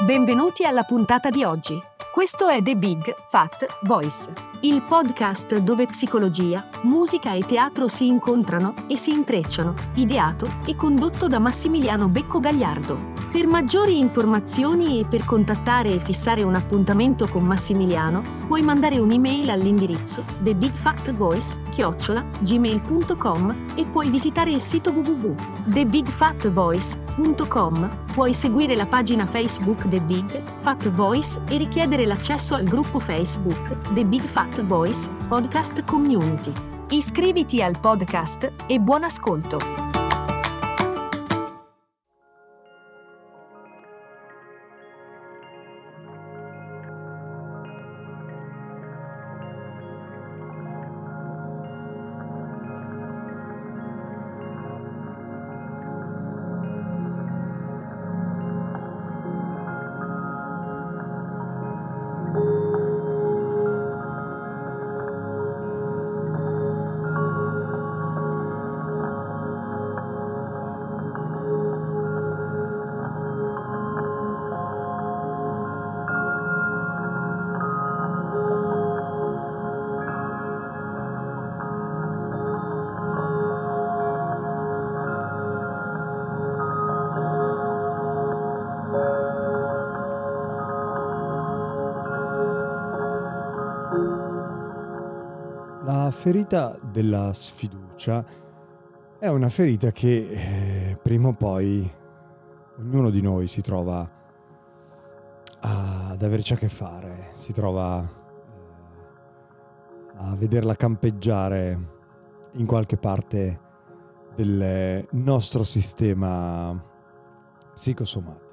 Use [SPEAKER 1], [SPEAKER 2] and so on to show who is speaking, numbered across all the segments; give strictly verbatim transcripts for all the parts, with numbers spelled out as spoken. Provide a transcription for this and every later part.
[SPEAKER 1] Benvenuti alla puntata di oggi. Questo è The Big Fat Voice, il podcast dove psicologia, musica e teatro si incontrano e si intrecciano, ideato e condotto da Massimiliano Becco Gagliardo. Per maggiori informazioni e per contattare e fissare un appuntamento con Massimiliano, puoi mandare un'email all'indirizzo the big fat voice chiocciola gmail punto com e puoi visitare il sito w w w punto the big fat voice punto com. Puoi seguire la pagina Facebook The Big Fat Voice e richiedere l'accesso al gruppo Facebook The Big Fat Voice Podcast Community. Iscriviti al podcast e buon ascolto!
[SPEAKER 2] La ferita della sfiducia è una ferita che eh, prima o poi ognuno di noi si trova a, ad averci a che fare, si trova eh, a vederla campeggiare in qualche parte del nostro sistema psicosomatico.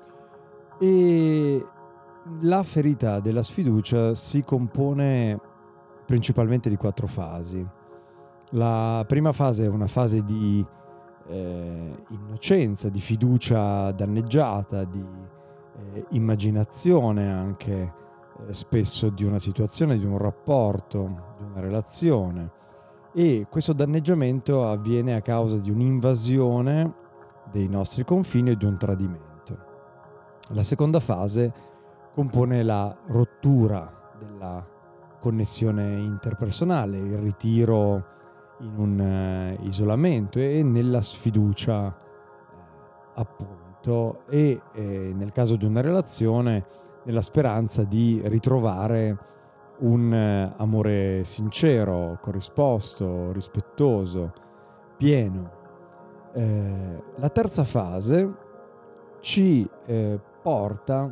[SPEAKER 2] E la ferita della sfiducia si compone principalmente di quattro fasi. La prima fase è una fase di eh, innocenza, di fiducia danneggiata, di eh, immaginazione anche eh, spesso di una situazione, di un rapporto, di una relazione, e questo danneggiamento avviene a causa di un'invasione dei nostri confini e di un tradimento. La seconda fase compone la rottura della connessione interpersonale, il ritiro in un uh, isolamento e nella sfiducia uh, appunto e eh, nel caso di una relazione nella speranza di ritrovare un uh, amore sincero, corrisposto, rispettoso, pieno. Eh, la terza fase ci eh, porta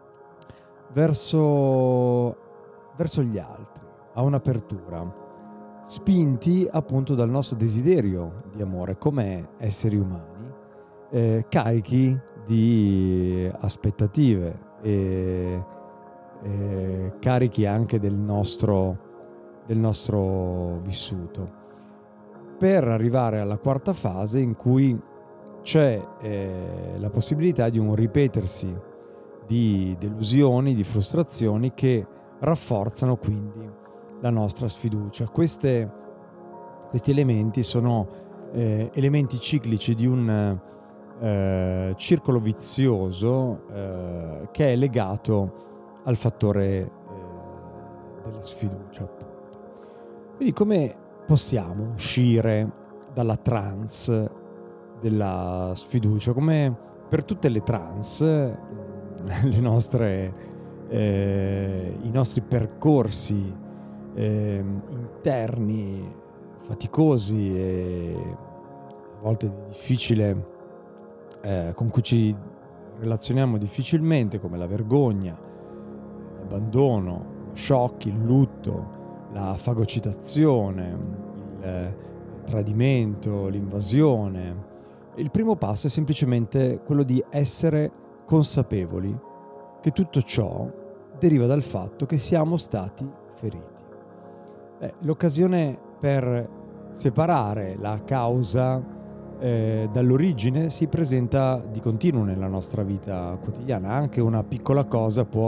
[SPEAKER 2] verso verso gli altri, a un'apertura, spinti appunto dal nostro desiderio di amore come esseri umani, eh, carichi di aspettative e, e carichi anche del nostro, del nostro vissuto, per arrivare alla quarta fase in cui c'è eh, la possibilità di un ripetersi di delusioni, di frustrazioni che rafforzano quindi la nostra sfiducia. Queste, questi elementi sono eh, elementi ciclici di un eh, circolo vizioso eh, che è legato al fattore eh, della sfiducia, appunto. Quindi come possiamo uscire dalla trance della sfiducia? Come per tutte le trance, le nostre Eh, i nostri percorsi eh, interni faticosi e a volte difficile eh, con cui ci relazioniamo difficilmente, come la vergogna, l'abbandono, lo shock, il lutto, la fagocitazione, il tradimento, l'invasione. Il primo passo è semplicemente quello di essere consapevoli che tutto ciò deriva dal fatto che siamo stati feriti. Beh, l'occasione per separare la causa eh, dall'origine si presenta di continuo nella nostra vita quotidiana. Anche una piccola cosa può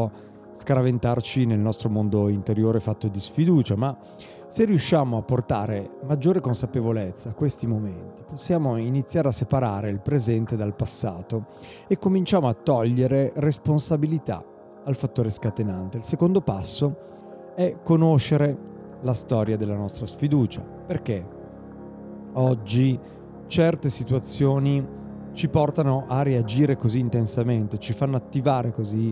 [SPEAKER 2] scaraventarci nel nostro mondo interiore fatto di sfiducia, ma se riusciamo a portare maggiore consapevolezza a questi momenti, possiamo iniziare a separare il presente dal passato e cominciamo a togliere responsabilità al fattore scatenante. Il secondo passo è conoscere la storia della nostra sfiducia, perché oggi certe situazioni ci portano a reagire così intensamente, ci fanno attivare così,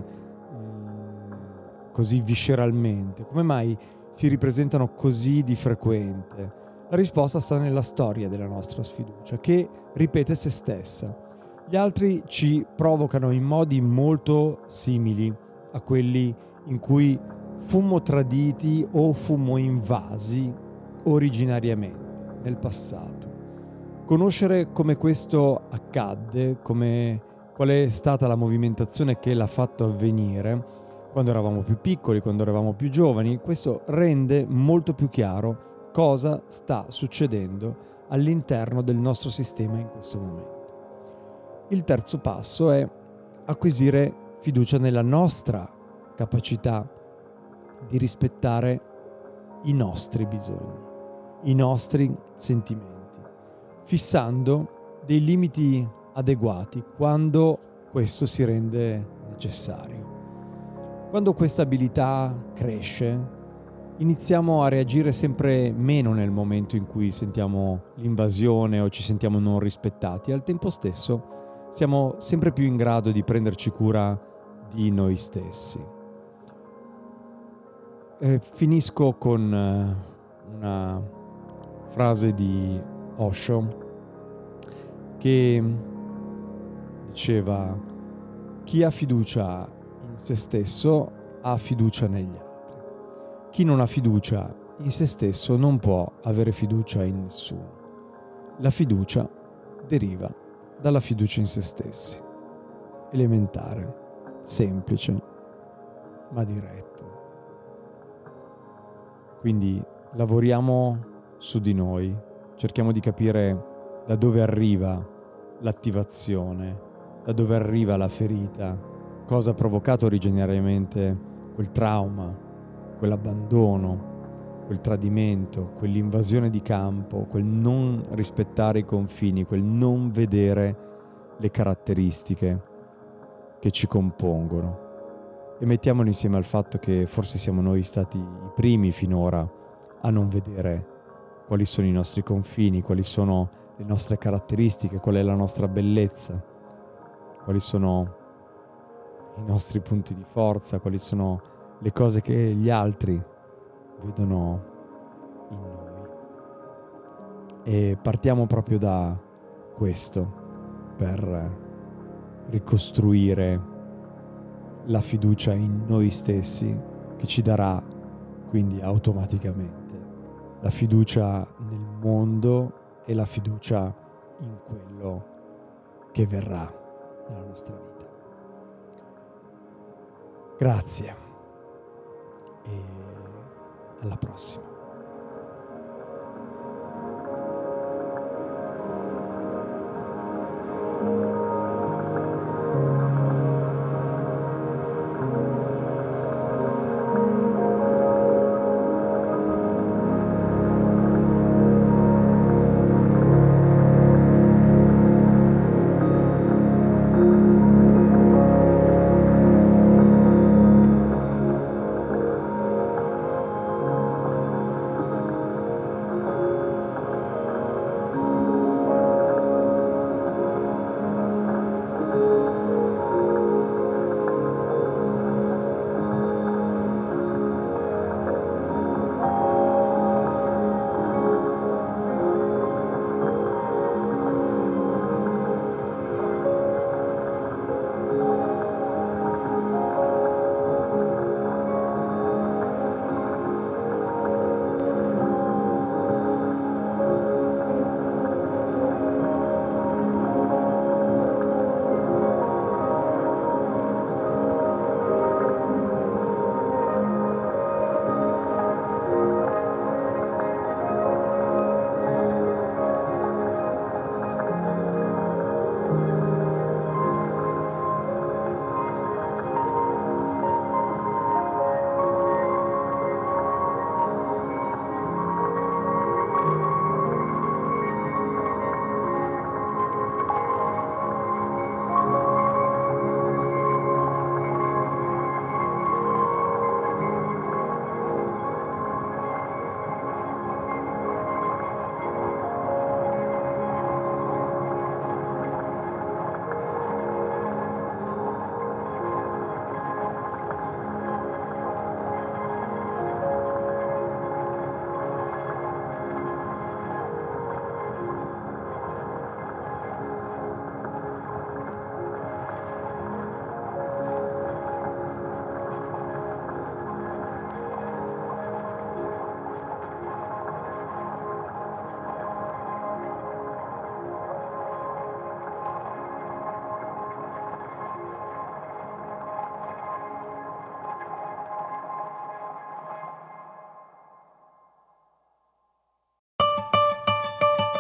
[SPEAKER 2] così visceralmente. Come mai si ripresentano così di frequente? La risposta sta nella storia della nostra sfiducia, che ripete se stessa. Gli altri ci provocano in modi molto simili a quelli in cui fummo traditi o fummo invasi originariamente nel passato. Conoscere come questo accadde, come, qual è stata la movimentazione che l'ha fatto avvenire quando eravamo più piccoli, quando eravamo più giovani, questo rende molto più chiaro cosa sta succedendo all'interno del nostro sistema in questo momento. Il terzo passo è acquisire fiducia nella nostra capacità di rispettare i nostri bisogni, i nostri sentimenti, fissando dei limiti adeguati quando questo si rende necessario. Quando questa abilità cresce, iniziamo a reagire sempre meno nel momento in cui sentiamo l'invasione o ci sentiamo non rispettati. Al tempo stesso siamo sempre più in grado di prenderci cura di noi stessi. E finisco con una frase di Osho che diceva: chi ha fiducia in se stesso ha fiducia negli altri. Chi non ha fiducia in se stesso non può avere fiducia in nessuno. La fiducia deriva dalla fiducia in se stessi. Elementare, semplice, ma diretto. Quindi lavoriamo su di noi, cerchiamo di capire da dove arriva l'attivazione, da dove arriva la ferita, cosa ha provocato originariamente quel trauma, quell'abbandono, quel tradimento, quell'invasione di campo, quel non rispettare i confini, quel non vedere le caratteristiche che ci compongono. E mettiamolo insieme al fatto che forse siamo noi stati i primi finora a non vedere quali sono i nostri confini, quali sono le nostre caratteristiche, qual è la nostra bellezza, quali sono i nostri punti di forza, quali sono le cose che gli altri vedono in noi. E partiamo proprio da questo per ricostruire la fiducia in noi stessi, che ci darà quindi automaticamente la fiducia nel mondo e la fiducia in quello che verrà nella nostra vita. Grazie e alla prossima.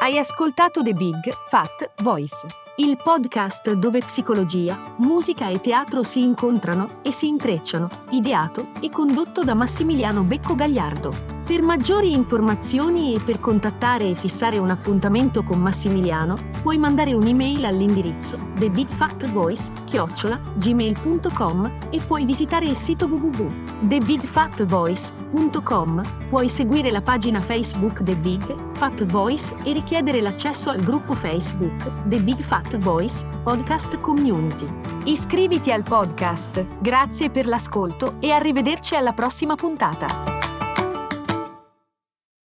[SPEAKER 1] Hai ascoltato The Big Fat Voice, il podcast dove psicologia, musica e teatro si incontrano e si intrecciano, ideato e condotto da Massimiliano Becco Gagliardo. Per maggiori informazioni e per contattare e fissare un appuntamento con Massimiliano, puoi mandare un'email all'indirizzo the big fat voice chiocciola gmail punto com e puoi visitare il sito w w w punto the big fat voice punto com. Puoi seguire la pagina Facebook The Big Fat Voice e richiedere l'accesso al gruppo Facebook The Big Fat Voice Podcast Community. Iscriviti al podcast. Grazie per l'ascolto e arrivederci alla prossima puntata.